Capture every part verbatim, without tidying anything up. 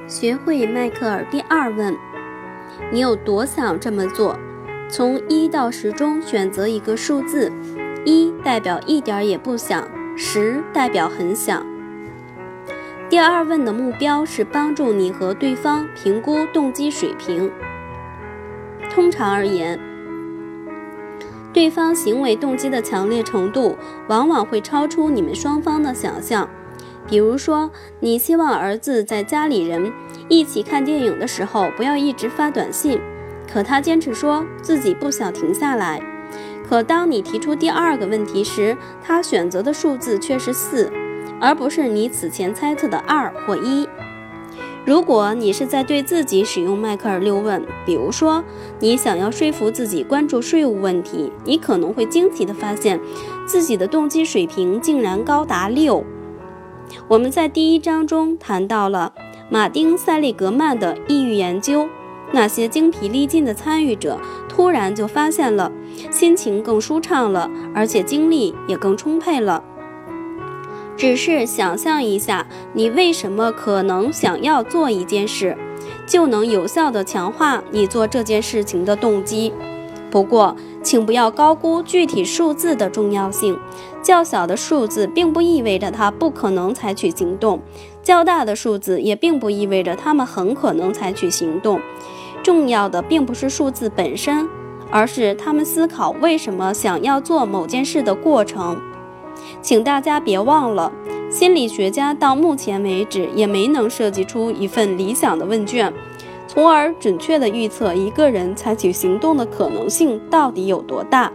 学会迈克尔第二问，你有多想这么做？从一到十中选择一个数字，一代表一点也不想，十代表很想。第二问的目标是帮助你和对方评估动机水平。通常而言，对方行为动机的强烈程度往往会超出你们双方的想象。比如说，你希望儿子在家里人一起看电影的时候不要一直发短信，可他坚持说自己不想停下来。可当你提出第二个问题时，他选择的数字却是四，而不是你此前猜测的二或一。如果你是在对自己使用迈克尔六问，比如说你想要说服自己关注税务问题，你可能会惊奇地发现自己的动机水平竟然高达六。我们在第一章中谈到了马丁·塞利格曼的抑郁研究，那些精疲力尽的参与者突然就发现了心情更舒畅了，而且精力也更充沛了。只是想象一下，你为什么可能想要做一件事，就能有效地强化你做这件事情的动机。不过，请不要高估具体数字的重要性。较小的数字并不意味着他不可能采取行动，较大的数字也并不意味着他们很可能采取行动。重要的并不是数字本身，而是他们思考为什么想要做某件事的过程。请大家别忘了，心理学家到目前为止也没能设计出一份理想的问卷，从而准确地预测一个人采取行动的可能性到底有多大。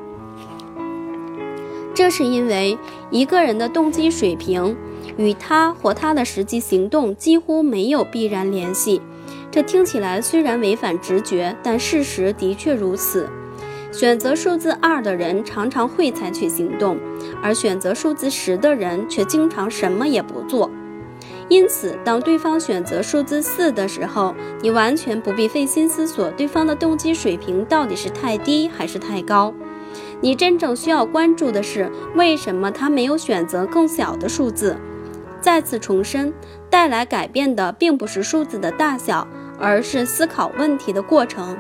这是因为一个人的动机水平与他或他的实际行动几乎没有必然联系。这听起来虽然违反直觉，但事实的确如此。选择数字二的人常常会采取行动，而选择数字十的人却经常什么也不做。因此，当对方选择数字四的时候，你完全不必费心思索对方的动机水平到底是太低还是太高。你真正需要关注的是，为什么他没有选择更小的数字。再次重申，带来改变的并不是数字的大小，而是思考问题的过程。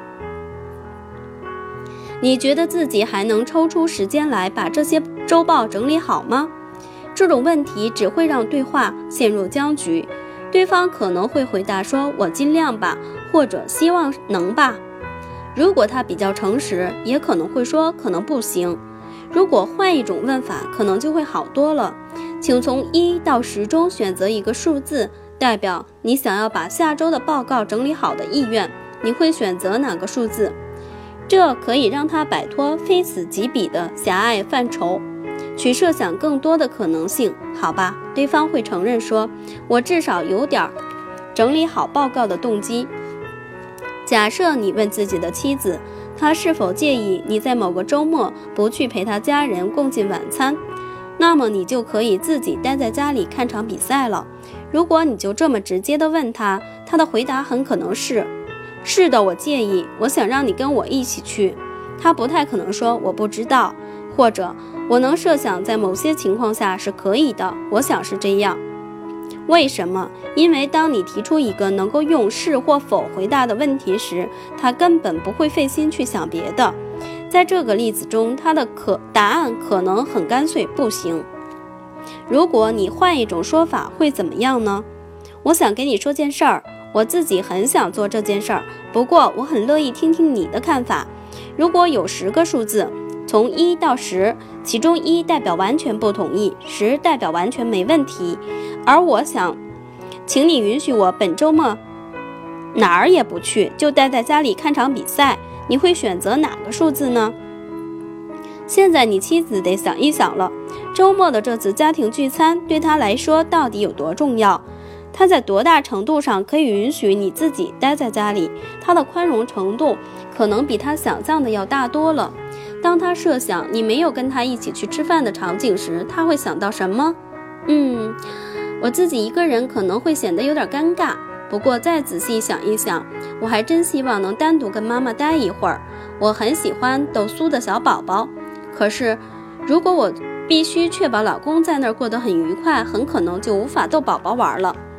你觉得自己还能抽出时间来把这些周报整理好吗？这种问题只会让对话陷入僵局。对方可能会回答说我尽量吧，或者希望能吧。如果他比较诚实，也可能会说可能不行。如果换一种问法，可能就会好多了。请从一到十中选择一个数字，代表你想要把下周的报告整理好的意愿。你会选择哪个数字？这可以让他摆脱非此即彼的狭隘范畴，去设想更多的可能性。好吧，对方会承认说，我至少有点整理好报告的动机。假设你问自己的妻子，她是否介意你在某个周末不去陪她家人共进晚餐，那么你就可以自己待在家里看场比赛了。如果你就这么直接地问她，她的回答很可能是是的，我介意，我想让你跟我一起去。他不太可能说我不知道，或者我能设想在某些情况下是可以的，我想是这样。为什么？因为当你提出一个能够用是或否回答的问题时，他根本不会费心去想别的。在这个例子中，他的可答案可能很干脆，不行。如果你换一种说法，会怎么样呢？我想跟你说件事儿，我自己很想做这件事儿，不过我很乐意听听你的看法。如果有十个数字，从一到十，其中一代表完全不同意，十代表完全没问题，而我想请你允许我本周末哪儿也不去，就待在家里看场比赛，你会选择哪个数字呢？现在你妻子得想一想了，周末的这次家庭聚餐对她来说到底有多重要？他在多大程度上可以允许你自己待在家里？他的宽容程度可能比他想象的要大多了。当他设想你没有跟他一起去吃饭的场景时，他会想到什么？嗯，我自己一个人可能会显得有点尴尬，不过再仔细想一想，我还真希望能单独跟妈妈待一会儿。我很喜欢逗苏的小宝宝，可是如果我必须确保老公在那儿过得很愉快，很可能就无法逗宝宝玩了。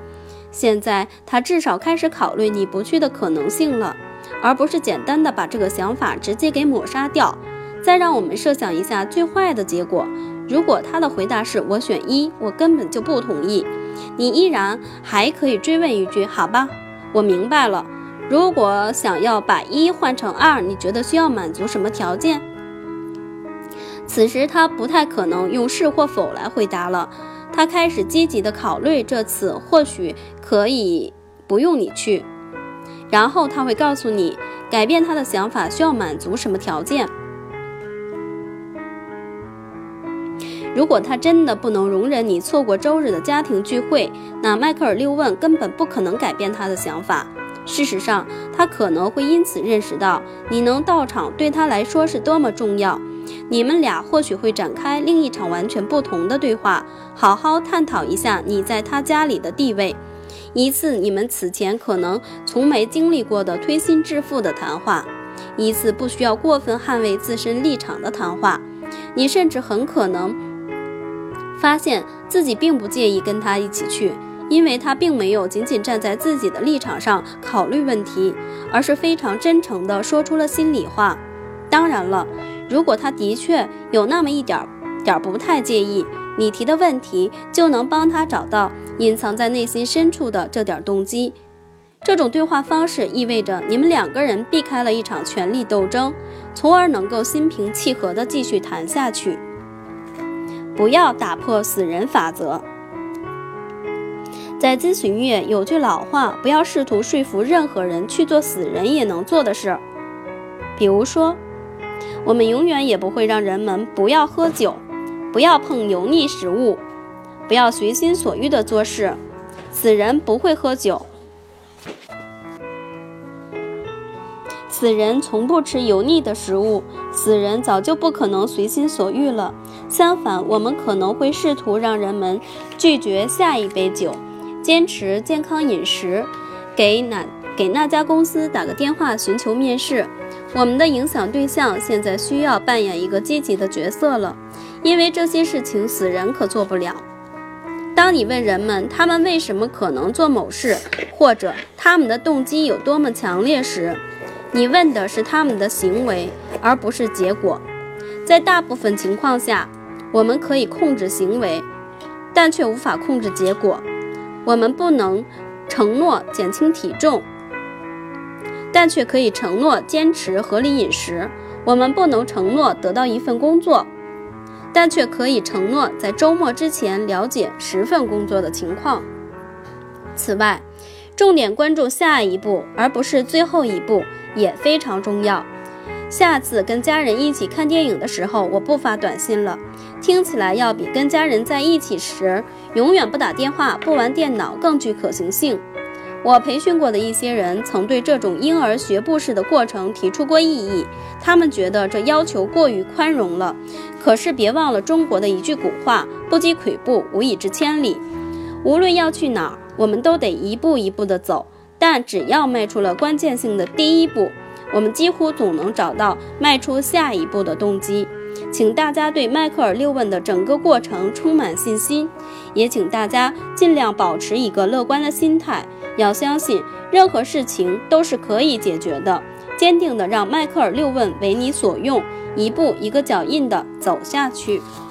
现在他至少开始考虑你不去的可能性了，而不是简单的把这个想法直接给抹杀掉。再让我们设想一下最坏的结果，如果他的回答是我选一，我根本就不同意，你依然还可以追问一句，好吧，我明白了，如果想要把一换成二，你觉得需要满足什么条件？此时他不太可能用是或否来回答了，他开始积极的考虑这次或许可以不用你去，然后他会告诉你改变他的想法需要满足什么条件。如果他真的不能容忍你错过周日的家庭聚会，那迈克尔·六问根本不可能改变他的想法。事实上，他可能会因此认识到你能到场对他来说是多么重要。你们俩或许会展开另一场完全不同的对话，好好探讨一下你在他家里的地位，一次你们此前可能从没经历过的推心置腹的谈话，一次不需要过分捍卫自身立场的谈话。你甚至很可能发现自己并不介意跟他一起去，因为他并没有仅仅站在自己的立场上考虑问题，而是非常真诚地说出了心里话。当然了，如果他的确有那么一点点不太介意，你提的问题就能帮他找到隐藏在内心深处的这点动机。这种对话方式意味着你们两个人避开了一场权力斗争，从而能够心平气和地继续谈下去。不要打破死人法则。在咨询业有句老话，不要试图说服任何人去做死人也能做的事。比如说，我们永远也不会让人们不要喝酒，不要碰油腻食物，不要随心所欲地做事。死人不会喝酒，死人从不吃油腻的食物，死人早就不可能随心所欲了。相反，我们可能会试图让人们拒绝下一杯酒，坚持健康饮食，给哪给那家公司打个电话寻求面试。我们的影响对象现在需要扮演一个积极的角色了，因为这些事情死人可做不了。当你问人们他们为什么可能做某事，或者他们的动机有多么强烈时，你问的是他们的行为，而不是结果。在大部分情况下，我们可以控制行为，但却无法控制结果。我们不能承诺减轻体重，但却可以承诺坚持合理饮食。我们不能承诺得到一份工作，但却可以承诺在周末之前了解十份工作的情况。此外，重点关注下一步，而不是最后一步，也非常重要。下次跟家人一起看电影的时候，我不发短信了，听起来要比跟家人在一起时永远不打电话、不玩电脑更具可行性。我培训过的一些人曾对这种婴儿学步式的过程提出过异议，他们觉得这要求过于宽容了。可是别忘了中国的一句古话，不积跬步，无以至千里。无论要去哪儿，我们都得一步一步地走，但只要迈出了关键性的第一步，我们几乎总能找到迈出下一步的动机。请大家对迈克尔六问的整个过程充满信心，也请大家尽量保持一个乐观的心态，要相信任何事情都是可以解决的，坚定地让迈克尔六问为你所用，一步一个脚印地走下去。